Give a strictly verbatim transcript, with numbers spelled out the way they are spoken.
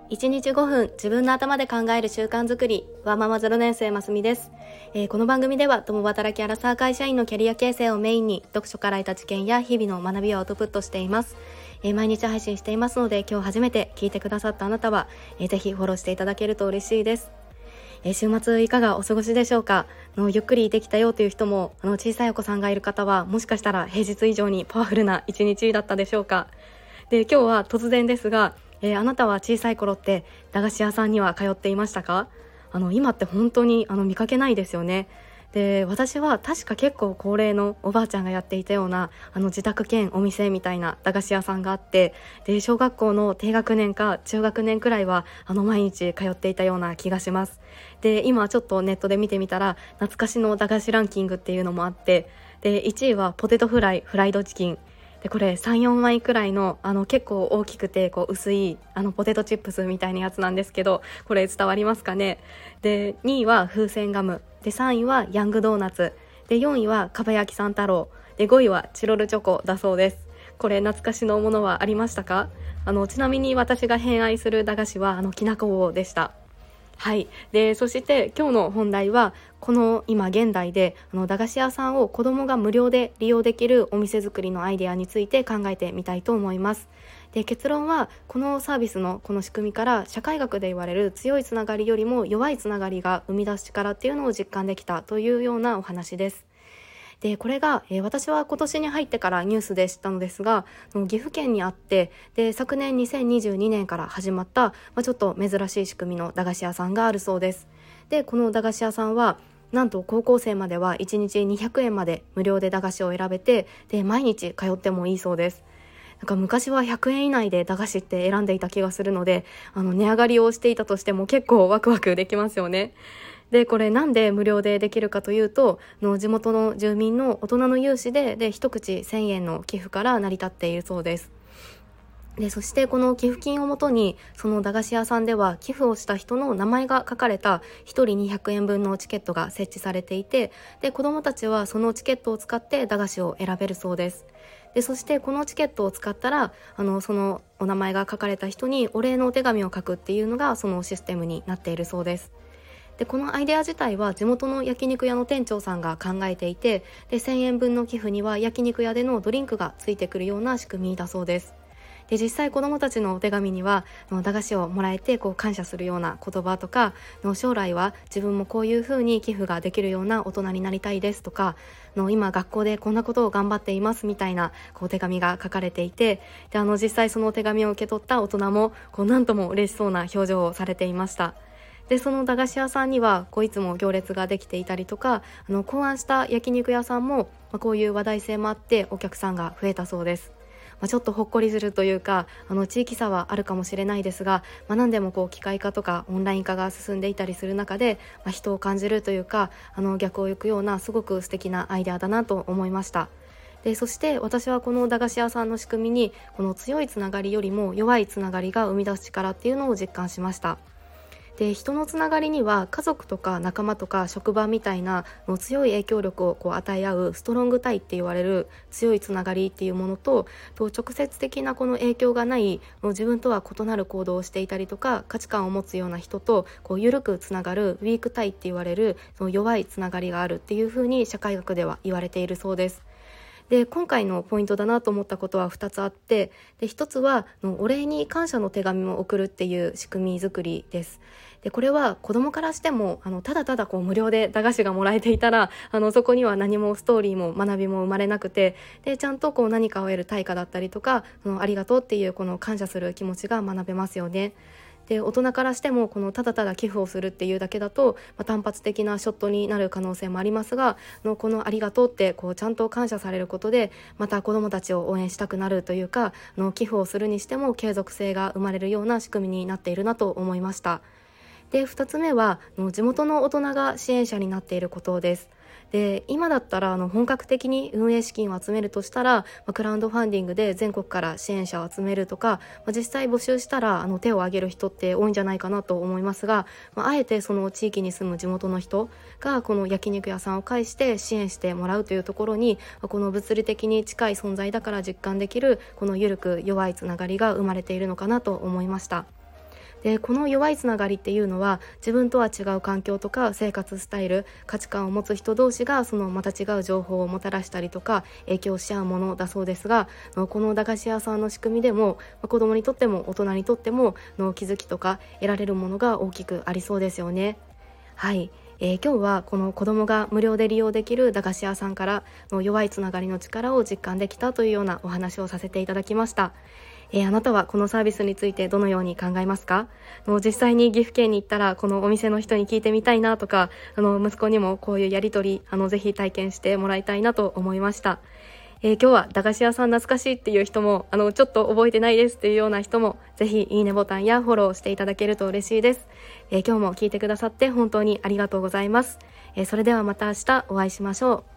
いちにちごふん自分の頭で考える習慣づくりワーママゼロねん生ますみです、えー、この番組では共働きアラサー会社員のキャリア形成をメインに読書から得た知見や日々の学びをアウトプットしています、えー、毎日配信していますので、今日初めて聞いてくださったあなたは、えー、ぜひフォローしていただけると嬉しいです。えー、週末いかがお過ごしでしょうか。あのゆっくりできたよという人も、あの小さいお子さんがいる方はもしかしたら平日以上にパワフルな一日だったでしょうか。で今日は突然ですが、えー、あなたは小さい頃って駄菓子屋さんには通っていましたか？あの今って本当にあの見かけないですよね。で私は確か結構高齢のおばあちゃんがやっていたようなあの自宅兼お店みたいな駄菓子屋さんがあって、で小学校の低学年か中学年くらいはあの毎日通っていたような気がします。で今ちょっとネットで見てみたら懐かしの駄菓子ランキングっていうのもあって、でいちいはポテトフライフライドチキンで、これ さん,よん 枚くらいの、あの結構大きくてこう薄いあのポテトチップスみたいなやつなんですけど、これ伝わりますかね。でにいは風船ガムで、さんいはヤングドーナツで、よんいはかば焼き三太郎で、ごいはチロルチョコだそうです。これ懐かしのものはありましたか？あのちなみに私が偏愛する駄菓子はあのきなこ棒でした。はい、でそして今日の本題は、この今現代であの駄菓子屋さんを子どもが無料で利用できるお店作りのアイデアについて考えてみたいと思います。で結論は、このサービスのこの仕組みから社会学で言われる強いつながりよりも弱いつながりが生み出す力っていうのを実感できたというようなお話です。でこれが、えー、私は今年に入ってからニュースで知ったのですが、岐阜県にあって、で昨年にせんにじゅうにねんから始まった、まあ、ちょっと珍しい仕組みの駄菓子屋さんがあるそうです。でこの駄菓子屋さんはなんと高校生まではいちにちにひゃくえんまで無料で駄菓子を選べて、で毎日通ってもいいそうです。なんか昔はひゃくえん以内で駄菓子って選んでいた気がするので、あの値上がりをしていたとしても結構ワクワクできますよね。でこれなんで無料でできるかというと、の地元の住民の大人の有志でで一口せんえんの寄付から成り立っているそうです。でそしてこの寄付金をもとに、その駄菓子屋さんでは寄付をした人の名前が書かれたひとりにひゃくえんぶんのチケットが設置されていて、で子どもたちはそのチケットを使って駄菓子を選べるそうです。でそしてこのチケットを使ったら、あのそのお名前が書かれた人にお礼のお手紙を書くっていうのがそのシステムになっているそうです。でこのアイデア自体は地元の焼肉屋の店長さんが考えていて、でせんえんぶんの寄付には焼肉屋でのドリンクがついてくるような仕組みだそうです。で実際子どもたちのお手紙にはの駄菓子をもらえてこう感謝するような言葉とかの、将来は自分もこういうふうに寄付ができるような大人になりたいですとかの、今学校でこんなことを頑張っていますみたいなこうお手紙が書かれていて、であの実際そのお手紙を受け取った大人もこうなんとも嬉しそうな表情をされていました。でその駄菓子屋さんにはこういつも行列ができていたりとか、あの考案した焼肉屋さんも、まあ、こういう話題性もあってお客さんが増えたそうです。まあ、ちょっとほっこりするというか、あの地域差はあるかもしれないですが、まあ、何でもこう機械化とかオンライン化が進んでいたりする中で、まあ、人を感じるというか、あの逆を行くようなすごく素敵なアイデアだなと思いました。でそして私はこの駄菓子屋さんの仕組みに、この強いつながりよりも弱いつながりが生み出す力っていうのを実感しました。で人のつながりには家族とか仲間とか職場みたいなの強い影響力をこう与え合うストロングタイって言われる強いつながりっていうものと、と直接的なこの影響がないもう自分とは異なる行動をしていたりとか価値観を持つような人とこう緩くつながるウィークタイって言われるその弱いつながりがあるっていうふうに社会学では言われているそうです。で今回のポイントだなと思ったことはふたつあって、でひとつはのお礼に感謝の手紙を送るっていう仕組み作りです。でこれは子どもからしても、あのただただこう無料で駄菓子がもらえていたら、あのそこには何もストーリーも学びも生まれなくて、でちゃんとこう何かを得る対価だったりとか、そのありがとうっていうこの感謝する気持ちが学べますよね。で大人からしてもこのただただ寄付をするっていうだけだと、まあ、単発的なショットになる可能性もありますが、のこのありがとうってこうちゃんと感謝されることで、また子どもたちを応援したくなるというか、の寄付をするにしても継続性が生まれるような仕組みになっているなと思いました。でふたつめはの地元の大人が支援者になっていることです。で今だったらあの本格的に運営資金を集めるとしたら、まあ、クラウドファンディングで全国から支援者を集めるとか、まあ、実際募集したらあの手を挙げる人って多いんじゃないかなと思いますが、まあ、あえてその地域に住む地元の人がこの焼肉屋さんを介して支援してもらうというところに、まあ、この物理的に近い存在だから実感できるこの緩く弱いつながりが生まれているのかなと思いました。 でこの弱いつながりっていうのは自分とは違う環境とか生活スタイル、価値観を持つ人同士がそのまた違う情報をもたらしたりとか影響し合うものだそうですが、この駄菓子屋さんの仕組みでも子供にとっても大人にとってもの気づきとか得られるものが大きくありそうですよね。はい、えー、今日はこの子供が無料で利用できる駄菓子屋さんからの弱いつながりの力を実感できたというようなお話をさせていただきました。えー、あなたはこのサービスについてどのように考えますか？の実際に岐阜県に行ったらこのお店の人に聞いてみたいなとか、あの息子にもこういうやり取りあのぜひ体験してもらいたいなと思いました。えー、今日は駄菓子屋さん懐かしいっていう人も、あのちょっと覚えてないですっていうような人もぜひいいねボタンやフォローしていただけると嬉しいです。えー、今日も聞いてくださって本当にありがとうございます。えー、それではまた明日お会いしましょう。